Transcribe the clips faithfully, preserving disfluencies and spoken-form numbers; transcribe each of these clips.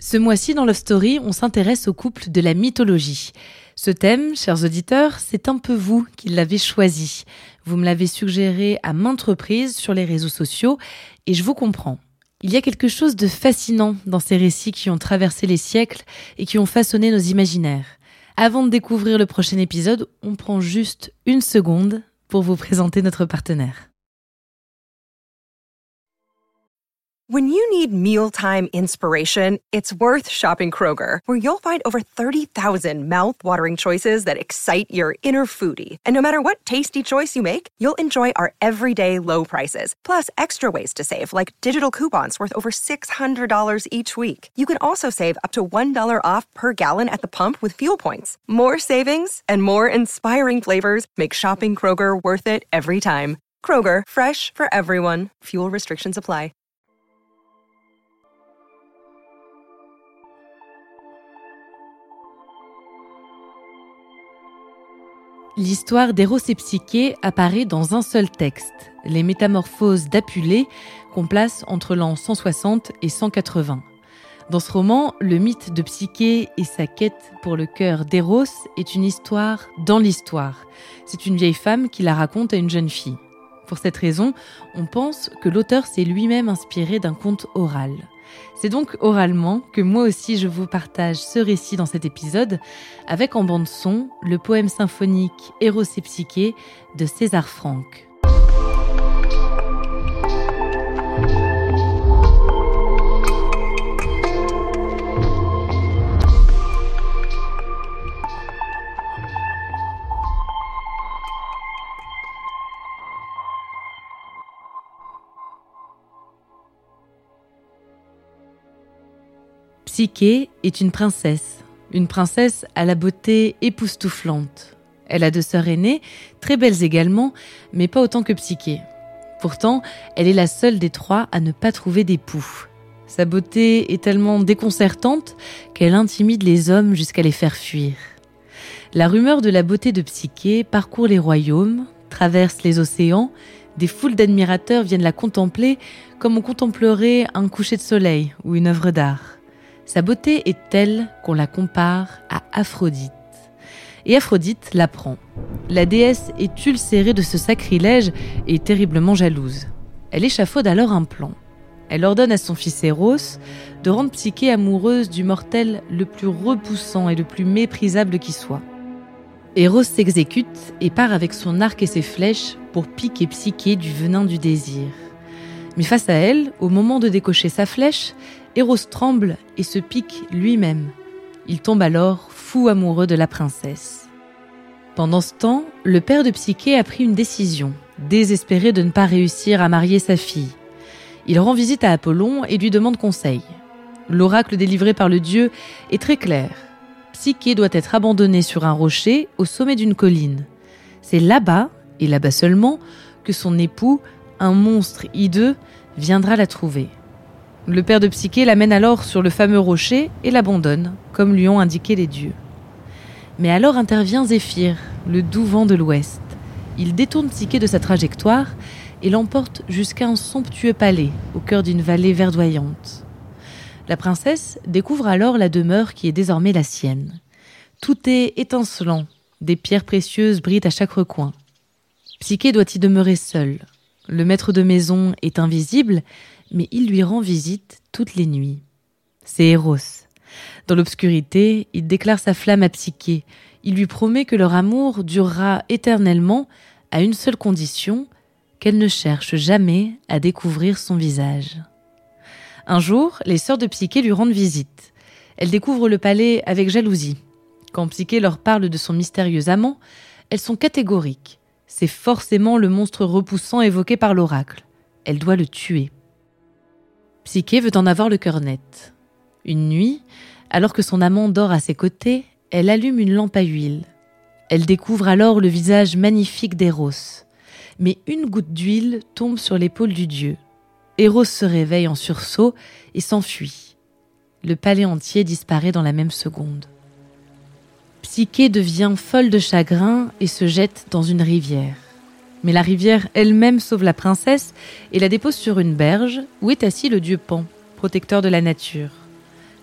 Ce mois-ci, dans Love Story, on s'intéresse au couple de la mythologie. Ce thème, chers auditeurs, c'est un peu vous qui l'avez choisi. Vous me l'avez suggéré à maintes reprises sur les réseaux sociaux et je vous comprends. Il y a quelque chose de fascinant dans ces récits qui ont traversé les siècles et qui ont façonné nos imaginaires. Avant de découvrir le prochain épisode, on prend juste une seconde pour vous présenter notre partenaire. When you need mealtime inspiration, it's worth shopping Kroger, where you'll find over thirty thousand mouth-watering choices that excite your inner foodie. And no matter what tasty choice you make, you'll enjoy our everyday low prices, plus extra ways to save, like digital coupons worth over six hundred dollars each week. You can also save up to one dollar off per gallon at the pump with fuel points. More savings and more inspiring flavors make shopping Kroger worth it every time. Kroger, fresh for everyone. Fuel restrictions apply. L'histoire d'Héros et Psyché apparaît dans un seul texte, les Métamorphoses d'Apulée, qu'on place entre l'an cent soixante et cent quatre-vingts. Dans ce roman, le mythe de Psyché et sa quête pour le cœur d'Héros est une histoire dans l'histoire. C'est une vieille femme qui la raconte à une jeune fille. Pour cette raison, on pense que l'auteur s'est lui-même inspiré d'un conte oral. C'est donc oralement que moi aussi je vous partage ce récit dans cet épisode, avec en bande-son le poème symphonique Héros et Psyché de César Franck. Psyché est une princesse, une princesse à la beauté époustouflante. Elle a deux sœurs aînées, très belles également, mais pas autant que Psyché. Pourtant, elle est la seule des trois à ne pas trouver d'époux. Sa beauté est tellement déconcertante qu'elle intimide les hommes jusqu'à les faire fuir. La rumeur de la beauté de Psyché parcourt les royaumes, traverse les océans, des foules d'admirateurs viennent la contempler comme on contemplerait un coucher de soleil ou une œuvre d'art. Sa beauté est telle qu'on la compare à Aphrodite. Et Aphrodite l'apprend. La déesse est ulcérée de ce sacrilège et terriblement jalouse. Elle échafaude alors un plan. Elle ordonne à son fils Héros de rendre Psyché amoureuse du mortel le plus repoussant et le plus méprisable qui soit. Héros s'exécute et part avec son arc et ses flèches pour piquer Psyché du venin du désir. Mais face à elle, au moment de décocher sa flèche, Héros tremble et se pique lui-même. Il tombe alors fou amoureux de la princesse. Pendant ce temps, le père de Psyché a pris une décision, désespéré de ne pas réussir à marier sa fille. Il rend visite à Apollon et lui demande conseil. L'oracle délivré par le dieu est très clair. Psyché doit être abandonnée sur un rocher au sommet d'une colline. C'est là-bas, et là-bas seulement, que son époux, un monstre hideux, viendra la trouver. Le père de Psyché l'amène alors sur le fameux rocher et l'abandonne, comme lui ont indiqué les dieux. Mais alors intervient Zéphyr, le doux vent de l'ouest. Il détourne Psyché de sa trajectoire et l'emporte jusqu'à un somptueux palais, au cœur d'une vallée verdoyante. La princesse découvre alors la demeure qui est désormais la sienne. Tout est étincelant, des pierres précieuses brillent à chaque recoin. Psyché doit y demeurer seule. Le maître de maison est invisible, mais il lui rend visite toutes les nuits. C'est Héros. Dans l'obscurité, il déclare sa flamme à Psyché. Il lui promet que leur amour durera éternellement, à une seule condition, qu'elle ne cherche jamais à découvrir son visage. Un jour, les sœurs de Psyché lui rendent visite. Elles découvrent le palais avec jalousie. Quand Psyché leur parle de son mystérieux amant, elles sont catégoriques. C'est forcément le monstre repoussant évoqué par l'oracle. Elle doit le tuer. Psyché veut en avoir le cœur net. Une nuit, alors que son amant dort à ses côtés, elle allume une lampe à huile. Elle découvre alors le visage magnifique d'Héros. Mais une goutte d'huile tombe sur l'épaule du dieu. Héros se réveille en sursaut et s'enfuit. Le palais entier disparaît dans la même seconde. Psyché devient folle de chagrin et se jette dans une rivière. Mais la rivière elle-même sauve la princesse et la dépose sur une berge où est assis le dieu Pan, protecteur de la nature.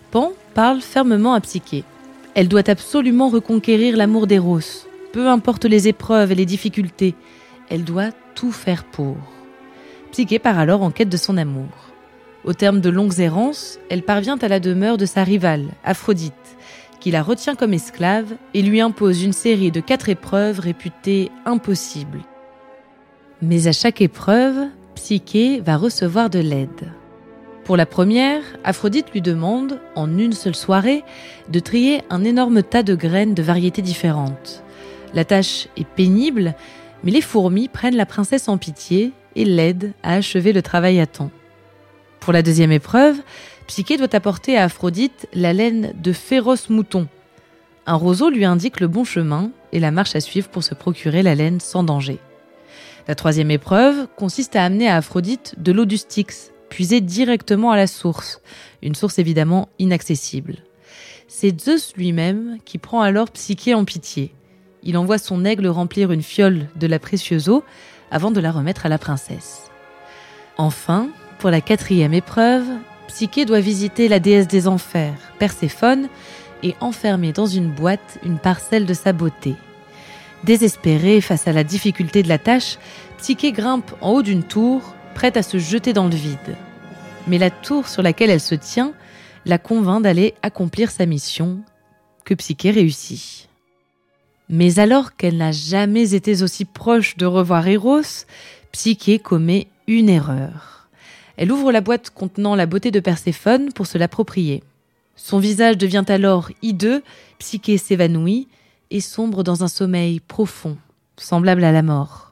Pan parle fermement à Psyché. Elle doit absolument reconquérir l'amour d'Eros. Peu importe les épreuves et les difficultés, elle doit tout faire pour. Psyché part alors en quête de son amour. Au terme de longues errances, elle parvient à la demeure de sa rivale, Aphrodite, qui la retient comme esclave et lui impose une série de quatre épreuves réputées impossibles. Mais à chaque épreuve, Psyché va recevoir de l'aide. Pour la première, Aphrodite lui demande, en une seule soirée, de trier un énorme tas de graines de variétés différentes. La tâche est pénible, mais les fourmis prennent la princesse en pitié et l'aident à achever le travail à temps. Pour la deuxième épreuve, Psyché doit apporter à Aphrodite la laine de féroces moutons. Un roseau lui indique le bon chemin et la marche à suivre pour se procurer la laine sans danger. La troisième épreuve consiste à amener à Aphrodite de l'eau du Styx, puisée directement à la source, une source évidemment inaccessible. C'est Zeus lui-même qui prend alors Psyché en pitié. Il envoie son aigle remplir une fiole de la précieuse eau avant de la remettre à la princesse. Enfin, pour la quatrième épreuve, Psyché doit visiter la déesse des enfers, Perséphone, et enfermer dans une boîte une parcelle de sa beauté. Désespérée face à la difficulté de la tâche, Psyché grimpe en haut d'une tour, prête à se jeter dans le vide. Mais la tour sur laquelle elle se tient la convainc d'aller accomplir sa mission, que Psyché réussit. Mais alors qu'elle n'a jamais été aussi proche de revoir Eros, Psyché commet une erreur. Elle ouvre la boîte contenant la beauté de Perséphone pour se l'approprier. Son visage devient alors hideux, Psyché s'évanouit et sombre dans un sommeil profond, semblable à la mort.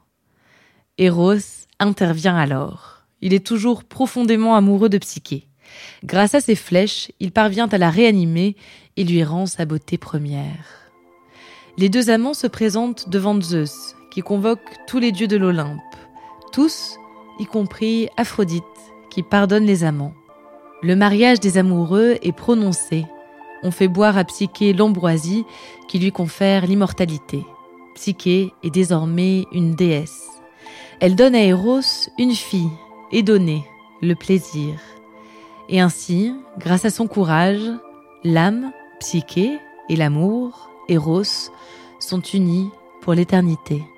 Eros intervient alors. Il est toujours profondément amoureux de Psyché. Grâce à ses flèches, il parvient à la réanimer et lui rend sa beauté première. Les deux amants se présentent devant Zeus, qui convoque tous les dieux de l'Olympe. Tous, y compris Aphrodite, qui pardonne les amants. Le mariage des amoureux est prononcé. On fait boire à Psyché l'ambroisie qui lui confère l'immortalité. Psyché est désormais une déesse. Elle donne à Eros une fille, Édonée, le plaisir. Et ainsi, grâce à son courage, l'âme, Psyché, et l'amour, Eros, sont unis pour l'éternité.